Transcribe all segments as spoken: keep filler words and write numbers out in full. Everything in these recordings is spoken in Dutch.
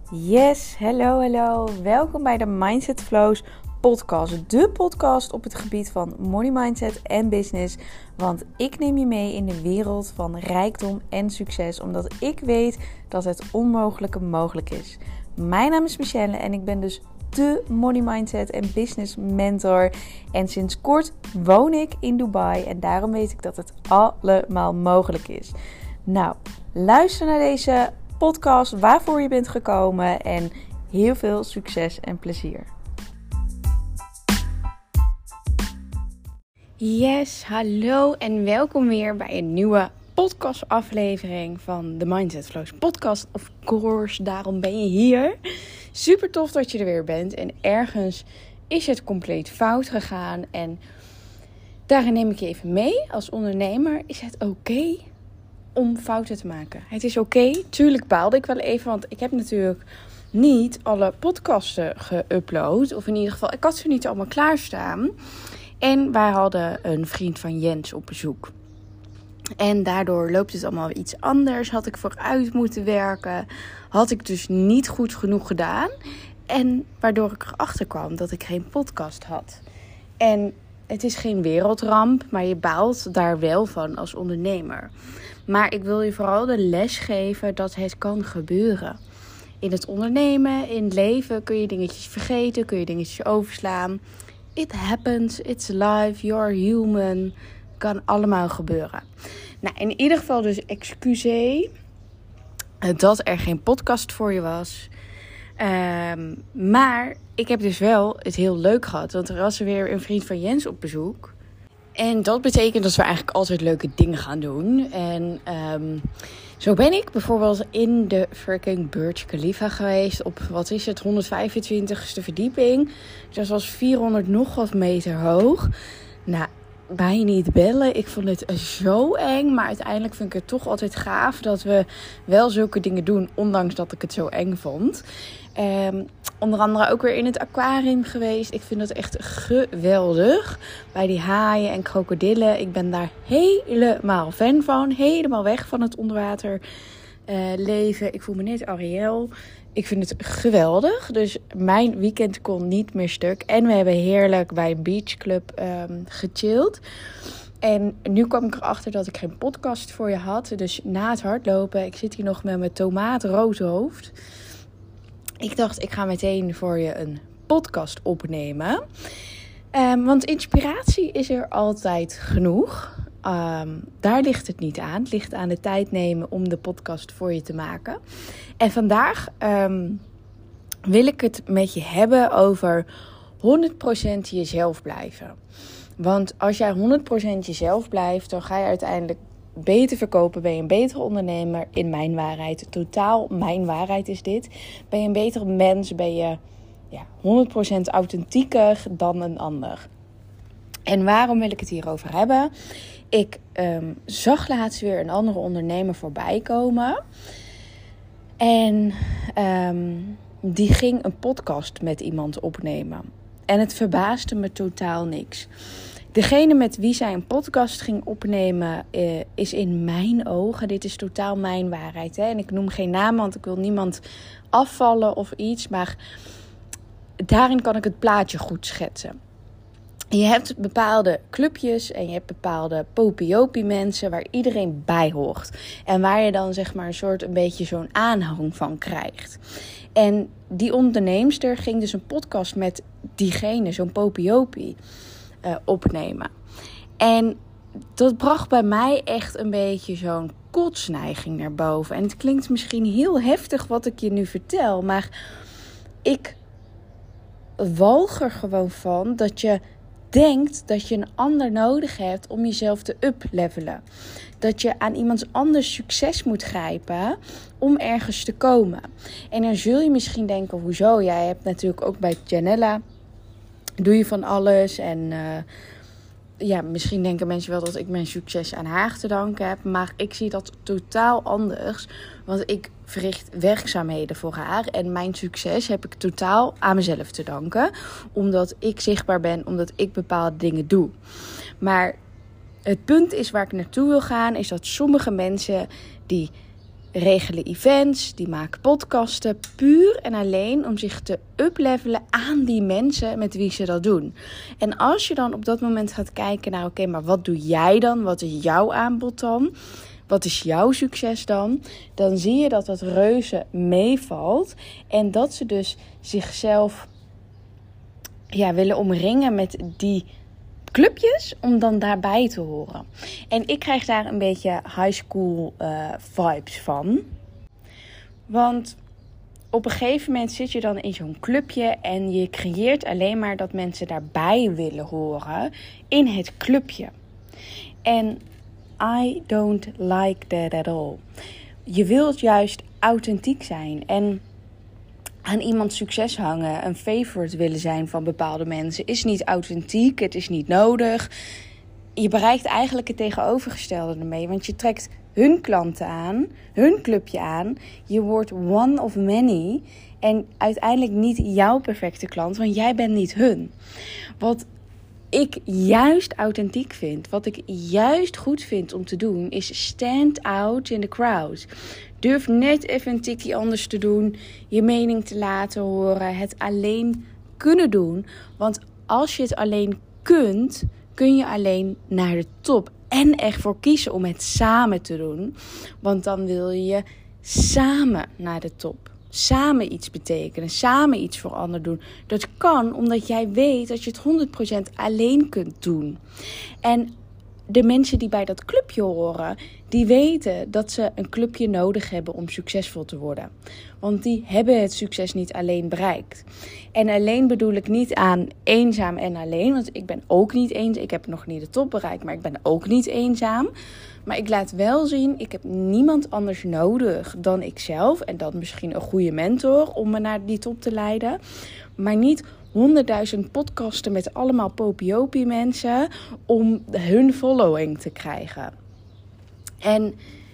Yes, hallo, hallo. Welkom bij de Mindset Flows podcast. De podcast op het gebied van money mindset en business. Want ik neem je mee in de wereld van rijkdom en succes. Omdat ik weet dat het onmogelijke mogelijk is. Mijn naam is Michelle en ik ben dus de money mindset en business mentor. En sinds kort woon ik in Dubai. En daarom weet ik dat het allemaal mogelijk is. Nou, luister naar deze podcast waarvoor je bent gekomen en heel veel succes en plezier. Yes, hallo en welkom weer bij een nieuwe podcastaflevering van de Mindset Flows podcast. Of course, daarom ben je hier. Super tof dat je er weer bent en ergens is het compleet fout gegaan en daarin neem ik je even mee. Als ondernemer is het oké okay om fouten te maken. Het is oké. Okay. Tuurlijk baalde ik wel even, want ik heb natuurlijk niet alle podcasten geüpload. Of in ieder geval, ik had ze niet allemaal klaarstaan. En wij hadden een vriend van Jens op bezoek. En daardoor loopt het allemaal iets anders. Had ik vooruit moeten werken. Had ik dus niet goed genoeg gedaan. En waardoor ik erachter kwam dat ik geen podcast had. En het is geen wereldramp, maar je baalt daar wel van als ondernemer. Maar ik wil je vooral de les geven dat het kan gebeuren. In het ondernemen, in het leven kun je dingetjes vergeten, kun je dingetjes overslaan. It happens, it's life, you're human. Kan allemaal gebeuren. Nou, in ieder geval dus excuseer dat er geen podcast voor je was. Um, maar ik heb dus wel het heel leuk gehad. Want er was er weer een vriend van Jens op bezoek. En dat betekent dat we eigenlijk altijd leuke dingen gaan doen. En um, zo ben ik bijvoorbeeld in de freaking Burj Khalifa geweest. Op, wat is het, honderdvijfentwintigste verdieping. Dus dat was vierhonderd nog wat meter hoog. Nou, mij niet bellen. Ik vond het zo eng. Maar uiteindelijk vind ik het toch altijd gaaf dat we wel zulke dingen doen. Ondanks dat ik het zo eng vond. Um, onder andere ook weer in het aquarium geweest. Ik vind dat echt geweldig. Bij die haaien en krokodillen. Ik ben daar helemaal fan van. Helemaal weg van het onderwater uh, leven. Ik voel me net Ariel. Ik vind het geweldig. Dus mijn weekend kon niet meer stuk. En we hebben heerlijk bij een beachclub um, gechilled. En nu kwam ik erachter dat ik geen podcast voor je had. Dus na het hardlopen, ik zit hier nog met mijn tomaatrood hoofd. Ik dacht, ik ga meteen voor je een podcast opnemen. Um, want inspiratie is er altijd genoeg. Um, daar ligt het niet aan. Het ligt aan de tijd nemen om de podcast voor je te maken. En vandaag um, wil ik het met je hebben over honderd procent jezelf blijven. Want als jij honderd procent jezelf blijft, dan ga je uiteindelijk beter verkopen, ben je een betere ondernemer, in mijn waarheid. Totaal mijn waarheid is dit. Ben je een betere mens, ben je ja, honderd procent authentieker dan een ander. En waarom wil ik het hierover hebben? Ik um, zag laatst weer een andere ondernemer voorbij komen. En um, die ging een podcast met iemand opnemen. En het verbaasde me totaal niks. Degene met wie zij een podcast ging opnemen uh, is in mijn ogen, dit is totaal mijn waarheid. Hè? En ik noem geen naam, want ik wil niemand afvallen of iets. Maar daarin kan ik het plaatje goed schetsen. Je hebt bepaalde clubjes en je hebt bepaalde popiopie mensen waar iedereen bij hoort. En waar je dan zeg maar een soort een beetje zo'n aanhang van krijgt. En die onderneemster ging dus een podcast met diegene, zo'n popiopie, uh, opnemen. En dat bracht bij mij echt een beetje zo'n kotsneiging naar boven. En het klinkt misschien heel heftig wat ik je nu vertel, maar ik walg er gewoon van dat je denkt dat je een ander nodig hebt om jezelf te uplevelen. Dat je aan iemands anders succes moet grijpen om ergens te komen. En dan zul je misschien denken, hoezo? Jij hebt natuurlijk ook bij Janella, doe je van alles. En uh, ja, misschien denken mensen wel dat ik mijn succes aan haar te danken heb. Maar ik zie dat totaal anders. Want ik verricht werkzaamheden voor haar. En mijn succes heb ik totaal aan mezelf te danken. Omdat ik zichtbaar ben, omdat ik bepaalde dingen doe. Maar het punt is waar ik naartoe wil gaan, is dat sommige mensen die regelen events, die maken podcasten, puur en alleen om zich te uplevelen aan die mensen met wie ze dat doen. En als je dan op dat moment gaat kijken naar, oké, okay, maar wat doe jij dan? Wat is jouw aanbod dan? Wat is jouw succes dan? Dan zie je dat dat reuze meevalt en dat ze dus zichzelf ja, willen omringen met die clubjes om dan daarbij te horen. En ik krijg daar een beetje high school uh, vibes van. Want op een gegeven moment zit je dan in zo'n clubje en je creëert alleen maar dat mensen daarbij willen horen in het clubje. En I don't like that at all. Je wilt juist authentiek zijn en aan iemand succes hangen, een favorite willen zijn van bepaalde mensen, is niet authentiek, het is niet nodig. Je bereikt eigenlijk het tegenovergestelde ermee, want je trekt hun klanten aan, hun clubje aan. Je wordt one of many en uiteindelijk niet jouw perfecte klant, want jij bent niet hun. Wat ik juist authentiek vind, wat ik juist goed vind om te doen, is stand out in the crowd. Durf net even een tikje anders te doen, je mening te laten horen, het alleen kunnen doen. Want als je het alleen kunt, kun je alleen naar de top. En echt voor kiezen om het samen te doen. Want dan wil je samen naar de top. Samen iets betekenen, samen iets voor anderen doen. Dat kan omdat jij weet dat je het honderd procent alleen kunt doen. En de mensen die bij dat clubje horen, die weten dat ze een clubje nodig hebben om succesvol te worden. Want die hebben het succes niet alleen bereikt. En alleen bedoel ik niet aan eenzaam en alleen, want ik ben ook niet eenzaam. Ik heb nog niet de top bereikt, maar ik ben ook niet eenzaam. Maar ik laat wel zien, ik heb niemand anders nodig dan ikzelf. En dan misschien een goede mentor om me naar die top te leiden. Maar niet honderdduizend podcasten met allemaal popiopie mensen om hun following te krijgen. En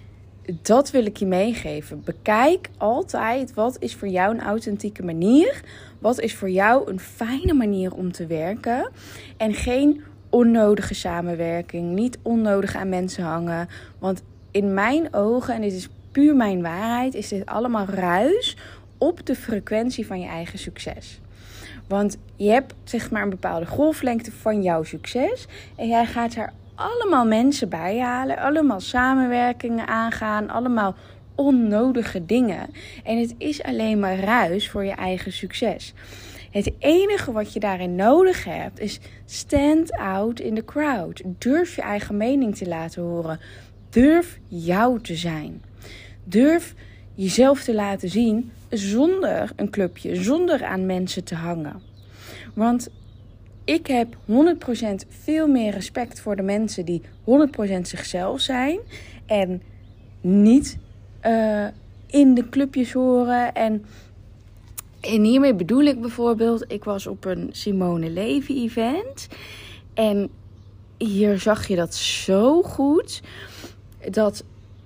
dat wil ik je meegeven. Bekijk altijd wat is voor jou een authentieke manier. Wat is voor jou een fijne manier om te werken. En geen onnodige samenwerking. Niet onnodig aan mensen hangen. Want in mijn ogen, en dit is puur mijn waarheid, is dit allemaal ruis op de frequentie van je eigen succes. Want je hebt zeg maar een bepaalde golflengte van jouw succes. En jij gaat er allemaal mensen bij halen. Allemaal samenwerkingen aangaan. Allemaal onnodige dingen. En het is alleen maar ruis voor je eigen succes. Het enige wat je daarin nodig hebt is stand out in the crowd. Durf je eigen mening te laten horen. Durf jou te zijn. Durf jezelf te laten zien zonder een clubje, zonder aan mensen te hangen. Want ik heb honderd procent veel meer respect voor de mensen die honderd procent zichzelf zijn en niet uh, in de clubjes horen. En, en hiermee bedoel ik bijvoorbeeld, ik was op een Simone Levy event en hier zag je dat zo goed dat...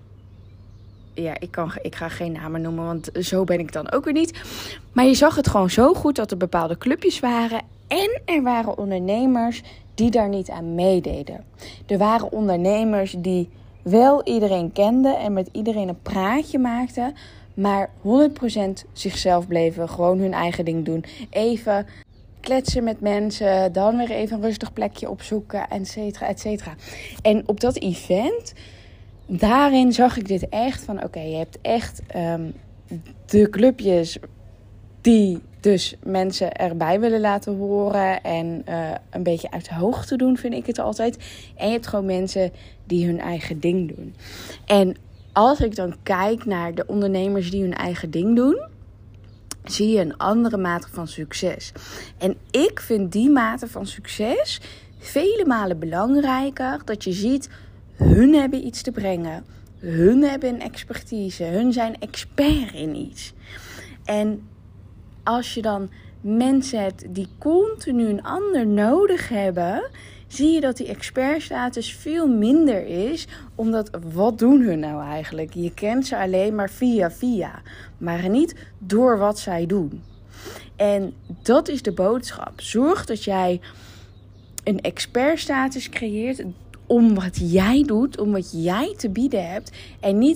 Ja, ik, kan, ik ga geen namen noemen, want zo ben ik dan ook weer niet. Maar je zag het gewoon zo goed dat er bepaalde clubjes waren. En er waren ondernemers die daar niet aan meededen. Er waren ondernemers die wel iedereen kenden en met iedereen een praatje maakten. Maar honderd procent zichzelf bleven, gewoon hun eigen ding doen. Even kletsen met mensen, dan weer even een rustig plekje opzoeken, et cetera, et cetera. En op dat event... Daarin zag ik dit echt van, oké, okay, je hebt echt um, de clubjes die dus mensen erbij willen laten horen en uh, een beetje uit de hoogte doen, vind ik het altijd. En je hebt gewoon mensen die hun eigen ding doen. En als ik dan kijk naar de ondernemers die hun eigen ding doen, zie je een andere mate van succes. En ik vind die mate van succes vele malen belangrijker, dat je ziet... Hun hebben iets te brengen. Hun hebben een expertise. Hun zijn expert in iets. En als je dan mensen hebt die continu een ander nodig hebben, zie je dat die expertstatus veel minder is. Omdat, wat doen hun nou eigenlijk? Je kent ze alleen maar via via. Maar niet door wat zij doen. En dat is de boodschap. Zorg dat jij een expertstatus creëert om wat jij doet, om wat jij te bieden hebt. En niet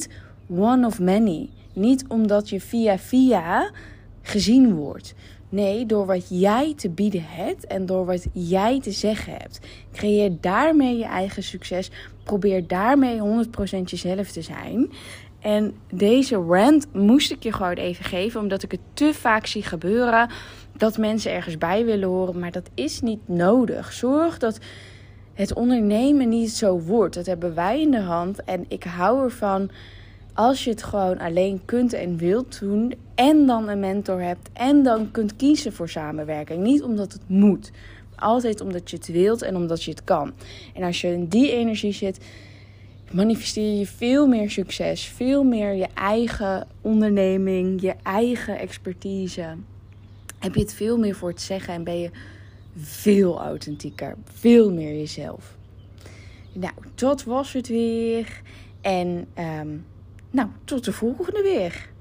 one of many. Niet omdat je via via gezien wordt. Nee, door wat jij te bieden hebt en door wat jij te zeggen hebt. Creëer daarmee je eigen succes. Probeer daarmee honderd procent jezelf te zijn. En deze rant moest ik je gewoon even geven, omdat ik het te vaak zie gebeuren dat mensen ergens bij willen horen. Maar dat is niet nodig. Zorg dat het ondernemen niet zo wordt. Dat hebben wij in de hand. En ik hou ervan als je het gewoon alleen kunt en wilt doen. En dan een mentor hebt. En dan kunt kiezen voor samenwerking. Niet omdat het moet. Altijd omdat je het wilt en omdat je het kan. En als je in die energie zit, manifesteer je veel meer succes. Veel meer je eigen onderneming. Je eigen expertise. Heb je het veel meer voor het zeggen. En ben je veel authentieker. Veel meer jezelf. Nou, dat was het weer. En um, nou, tot de volgende weer.